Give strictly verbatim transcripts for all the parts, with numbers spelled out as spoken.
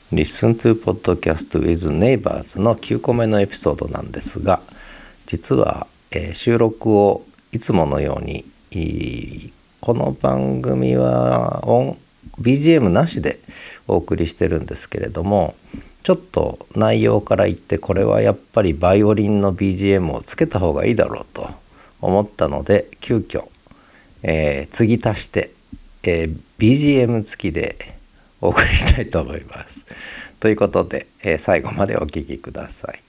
Listen to Podcast with Neighbors のきゅうこめのエピソードなんですが、実は、えー、収録をいつものようにこの番組は音 ビージーエム なしでお送りしてるんですけれども、ちょっと内容から言ってこれはやっぱりバイオリンの ビージーエム をつけた方がいいだろうと思ったので、急遽、えー、継ぎ足して、えー、ビージーエム 付きでお送りしたいと思います。ということで、えー、最後までお聞きください。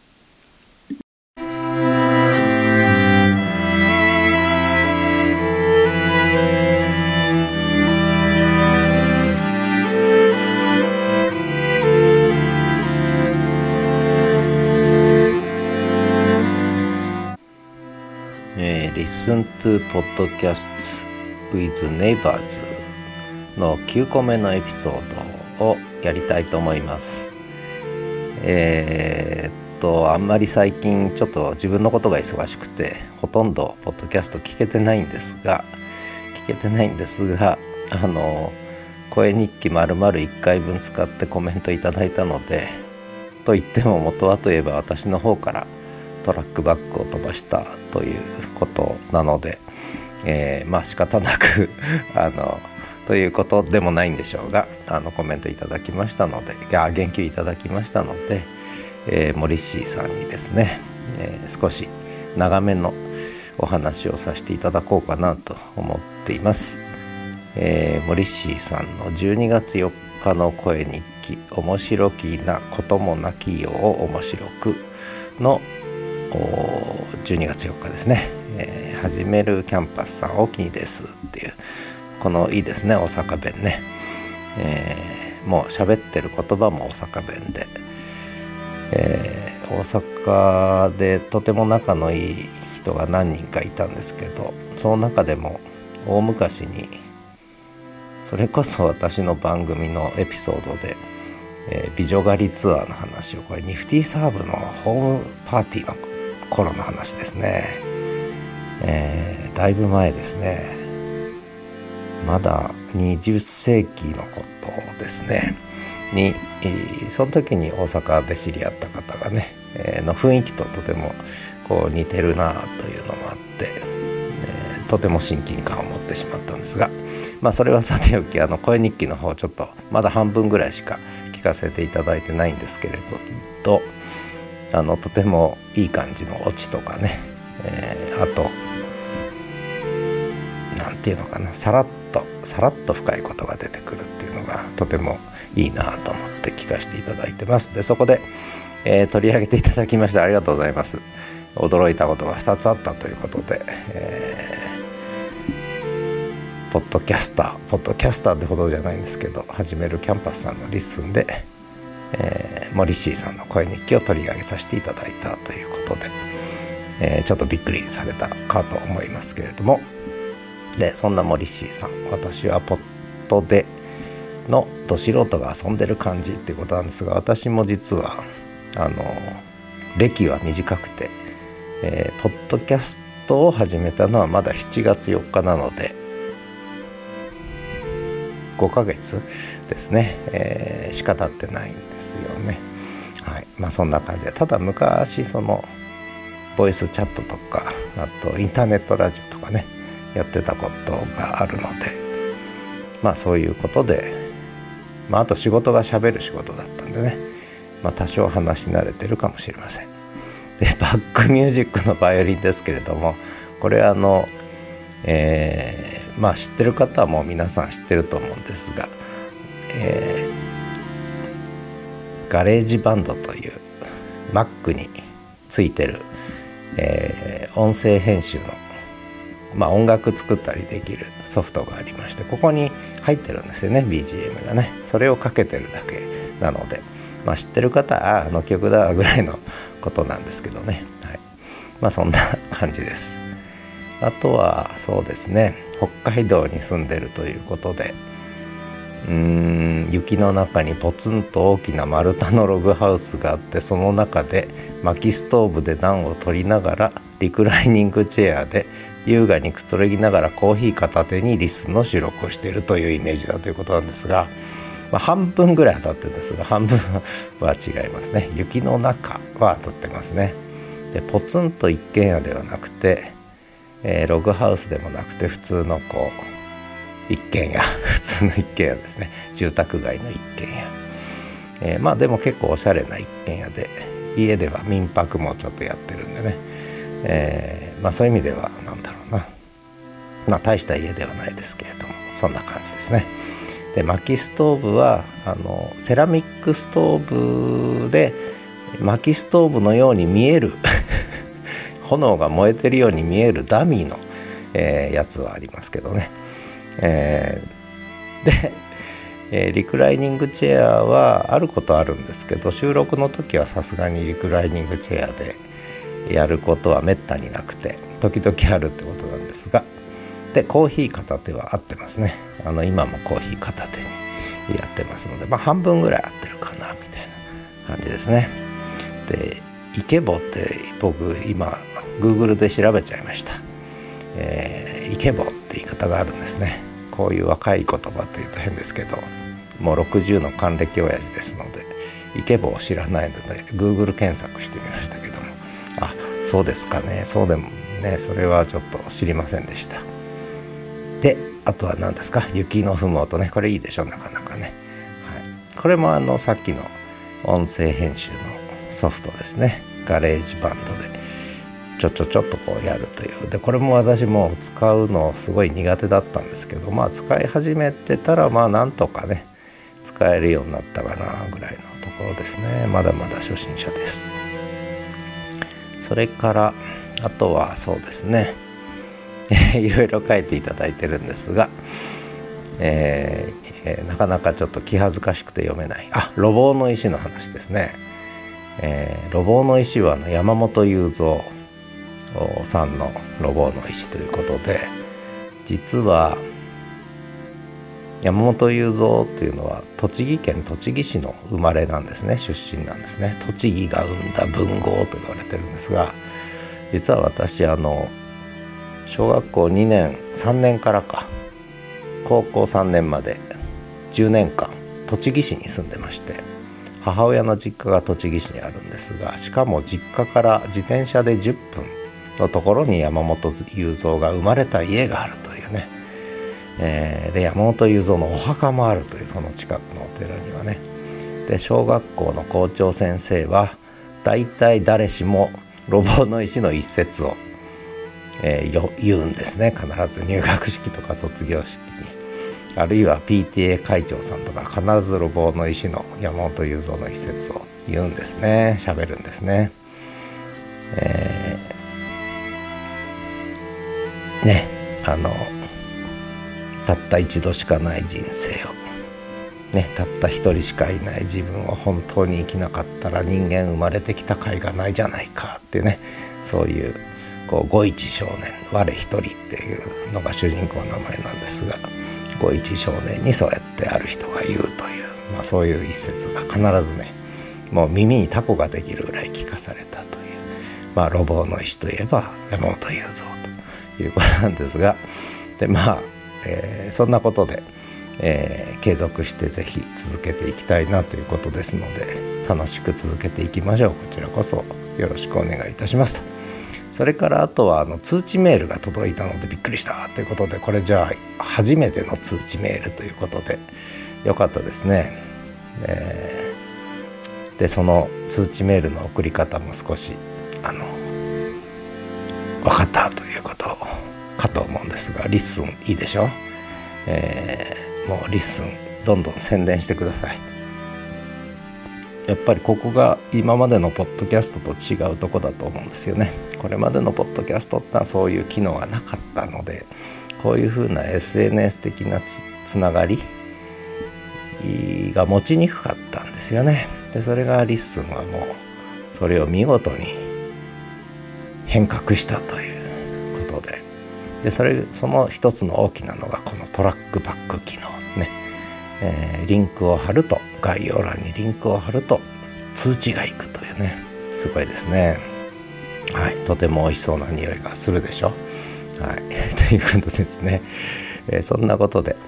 えー、Listen to Podcasts with Neighbors のきゅうこめのエピソードをやりたいと思います。えー、っとあんまり最近ちょっと自分のことが忙しくてほとんどポッドキャスト聞けてないんですが聞けてないんですがあの声日記丸々いっかいぶん使ってコメントいただいたので、と言っても元はといえば私の方からトラックバックを飛ばしたということなので、えー、まあ仕方なくあのということでもないんでしょうが、あのコメントいただきましたので、言及いただきましたので、えー、モリッシーさんにですね、えー、少し長めのお話をさせていただこうかなと思っています。えー、モリッシーさんのじゅうにがつよっかの声日記、面白きなこともなきよう面白くのじゅうにがつよっかですね、えー、始めるキャンパスさんおきにですっていう、このいいですね、大阪弁ね、えー、もう喋ってる言葉も大阪弁で、えー、大阪でとても仲のいい人が何人かいたんですけど、その中でも大昔にそれこそ私の番組のエピソードで、えー、美女狩りツアーの話を、これニフティサーブのホームパーティーの頃の話ですね、えー、だいぶ前ですね、まだにじゅっせいきのことですねに、その時に大阪で知り合った方がね、えー、の雰囲気ととてもこう似てるなというのもあって、えー、とても親近感を持ってしまったんですが、まあそれはさておき、あの声日記の方ちょっとまだ半分ぐらいしか聞かせていただいてないんですけれど、あのとてもいい感じのオチとかね、えー、あとなんていうのかな、さらっとさらっと深いことが出てくるっていうのがとてもいいなと思って聞かせていただいてます。でそこで、えー、取り上げていただきましてありがとうございます。驚いたことがふたつあったということで、えー、ポッドキャスターポッドキャスターってほどじゃないんですけど、始めるキャンパスさんのリッスンで、えー、モリッシーさんの声日記を取り上げさせていただいたということで、えー、ちょっとびっくりされたかと思いますけれども、でそんなモリッシーさん、私はポッドでのど素人が遊んでる感じっていうことなんですが、私も実はあの歴は短くて、えー、ポッドキャストを始めたのはまだしちがつよっかなのでごかげつですね、えー、しか経ってないんですよね。はい、まあそんな感じで、ただ昔そのボイスチャットとか、あとインターネットラジオとかねやってたことがあるので、まあそういうことで、まああと仕事が喋る仕事だったんでね、まあ多少話し慣れてるかもしれません。でバックミュージックのバイオリンですけれども、これあの、えー、まあ知ってる方はもう皆さん知ってると思うんですが、えー、ガレージバンドという Mac についてる、えー、音声編集のまあ、音楽作ったりできるソフトがありまして、ここに入ってるんですよね ビージーエム がね。それをかけてるだけなので、まあ、知ってる方はあの曲だぐらいのことなんですけどね、はい、まあそんな感じです。あとはそうですね、北海道に住んでるということで、うーん雪の中にポツンと大きな丸太のログハウスがあって、その中で薪ストーブで暖を取りながらリクライニングチェアで優雅にくつろぎながらコーヒー片手にリスの収録をしているというイメージだということなんですが、 まあ、半分ぐらい当たってるんですが、半分は違いますね。雪の中は当たってますね。でポツンと一軒家ではなくて、えー、ログハウスでもなくて普通のこう一軒家普通の一軒家ですね。住宅街の一軒家、えー、まあでも結構おしゃれな一軒家で、家では民泊もちょっとやってるんでね、えー、まあそういう意味ではなんだろうな、まあ大した家ではないですけれども、そんな感じですね。で薪ストーブはあのセラミックストーブで薪ストーブのように見える炎が燃えてるように見えるダミーの、えー、やつはありますけどね、えー、で、えー、リクライニングチェアはあることあるんですけど、収録の時はさすがにリクライニングチェアでやることはめったになくて、時々あるってことなんですが、でコーヒー片手は合ってますね。あの今もコーヒー片手にやってますので、まあ半分ぐらい合ってるかなみたいな感じですね。でイケボって僕今 Google で調べちゃいました。えー、イケボって言い方があるんですね。こういう若い言葉というと変ですけど、もうろくじゅうの還暦親父ですのでイケボを知らないので Google 検索してみましたけども、あ、そうですかね、そうでもね、それはちょっと知りませんでした。であとは何ですか、雪の踏む音ね、これいいでしょ、なかなかね、はい、これもあのさっきの音声編集のソフトですね、ガレージバンドでちょちょちょっとこうやるという。でこれも私も使うのすごい苦手だったんですけど、まあ使い始めてたらまあなんとかね使えるようになったかなぐらいのところですね。まだまだ初心者です。それからあとはそうですねいろいろ書いていただいてるんですが、えーえー、なかなかちょっと気恥ずかしくて読めない、あ、路傍の石の話ですね。えー、路傍の石はの山本雄三さんの路傍の石ということで、実は山本雄三っていうのは栃木県栃木市の生まれなんですね、出身なんですね。栃木が生んだ文豪と言われてるんですが、実は私あの小学校にねんさんねんからか高校さんねんまでじゅうねんかん栃木市に住んでまして、母親の実家が栃木市にあるんですが、しかも実家から自転車でじゅっぷんのところに山本雄三が生まれた家があるというね、えー、で山本雄三のお墓もあるという、その近くのお寺にはね。で小学校の校長先生は大体誰しも路傍の石の一節をえー、言うんですね。必ず入学式とか卒業式に、あるいは ピーティーエー 会長さんとか必ず路傍の石の山本雄三の一節を言うんですね、喋るんですね。えー、ねあのたった一度しかない人生をね、たった一人しかいない自分を本当に生きなかったら人間生まれてきた甲斐がないじゃないかっていうね、そういうこう五一少年我一人っていうのが主人公の名前なんですが、五一少年にそうやってある人が言うという、まあ、そういう一節が必ずね、もう耳にタコができるぐらい聞かされたという、まあ路傍の石といえば山本雄三ということなんですが、でまあ、えー、そんなことで、えー、継続してぜひ続けていきたいなということですので、楽しく続けていきましょう。こちらこそよろしくお願いいたしますと。それからあとはあの通知メールが届いたのでびっくりしたということで、これじゃあ初めての通知メールということでよかったですね。えー、でその通知メールの送り方も少しあの分かったということかと思うんですが、リッスンいいでしょ、えー、もうリッスンどんどん宣伝してください。やっぱりここが今までのポッドキャストと違うとこだと思うんですよね。これまでのポッドキャストってのはそういう機能がなかったので、こういうふうな エスエヌエス 的な つ, つながりが持ちにくかったんですよね。でそれがリッスンはもうそれを見事に変革したということで、でそれその一つの大きなのがこのトラックバック機能ね、えー、リンクを貼ると概要欄にリンクを貼ると通知がいくというね、すごいですね。はい、とても美味しそうな匂いがするでしょ。はい、ということですね。えー、そんなことで、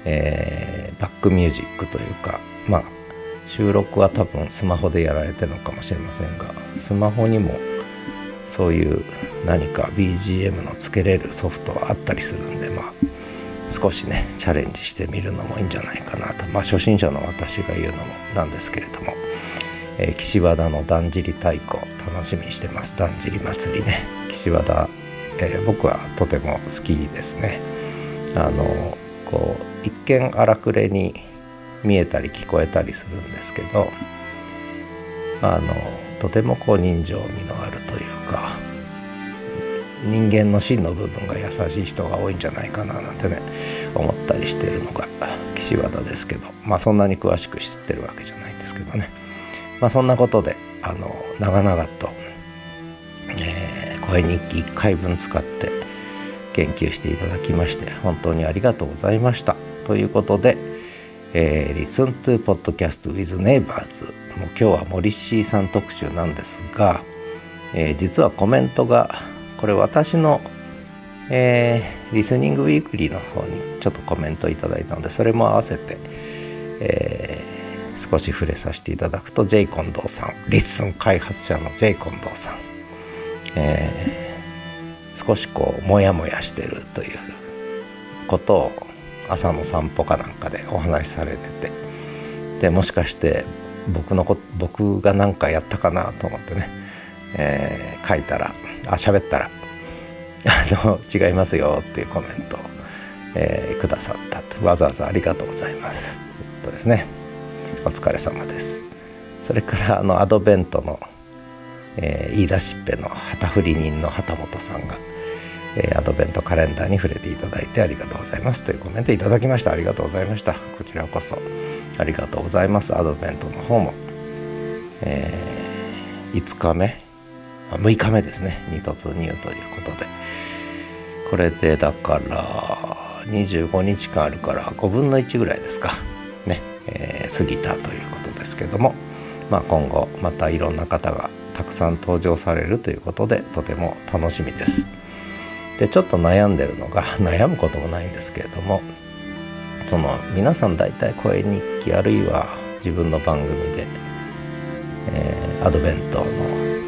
えー、バックミュージックというか、まあ収録は多分スマホでやられてるのかもしれませんが、スマホにもそういう何か ビージーエム のつけれるソフトはあったりするんで、まあ少しねチャレンジしてみるのもいいんじゃないかなと、まあ初心者の私が言うのもなんですけれども、えー、岸和田のだんじり太鼓楽しみにしてます。だんじり祭りね、岸和田、えー、僕はとても好きですね。あのこう一見荒くれに見えたり聞こえたりするんですけど、あのとてもこう人情味のあるというか、人間の芯の部分が優しい人が多いんじゃないかななんてね思ったりしているのが岸和田ですけど、まあそんなに詳しく知ってるわけじゃないんですけどね。まあそんなことであの長々と、えー、声日記いっかいぶん使って研究していただきまして本当にありがとうございました。ということで、えー、Listen to Podcast with Neighbors、 もう今日はモリッシーさん特集なんですが、えー、実はコメントがこれ私の、えー、リスニングウィークリーの方にちょっとコメントいただいたので、それも合わせて、えー、少し触れさせていただくと、J 近藤さん、リッスン開発者の J 近藤さん、えー、少しこうモヤモヤしてるということを朝の散歩かなんかでお話しされてて、でもしかして僕のこ僕が何かやったかなと思ってね、えー、書いたらあ喋ったらあの違いますよっていうコメントを、えー、くださったと、わざわざありがとうございますということですね。お疲れ様です。それからあのアドベントの、えー、言い出しっぺの旗振り人の旗本さんが、えー、アドベントカレンダーに触れていただいてありがとうございますというコメントいただきました。ありがとうございました。こちらこそありがとうございます。アドベントの方も、えー、いつかめむいかめですねに突入ということで、これでだからにじゅうごにちかんあるからごぶんのいちぐらいですかね、えー、過ぎたということですけども、まあ、今後またいろんな方がたくさん登場されるということでとても楽しみです。でちょっと悩んでるのが悩むこともないんですけれども、その皆さん大体声日記あるいは自分の番組で、えー、アドベントの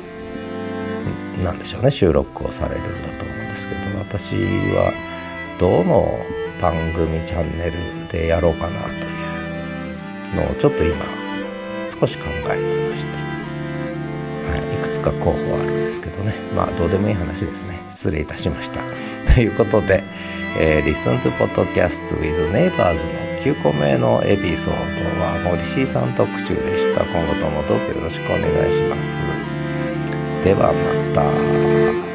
なんでしょうね収録をされるんだと思うんですけど、私はどの番組チャンネルでやろうかなというのをちょっと今少し考えてまして、はい、いくつか候補はあるんですけどね、まあどうでもいい話ですね。失礼いたしましたということで、えー、Listen to Podcast with Neighbors のきゅうこめのエピソードはモリシーさん特集でした。今後ともどうぞよろしくお願いします。ではまた。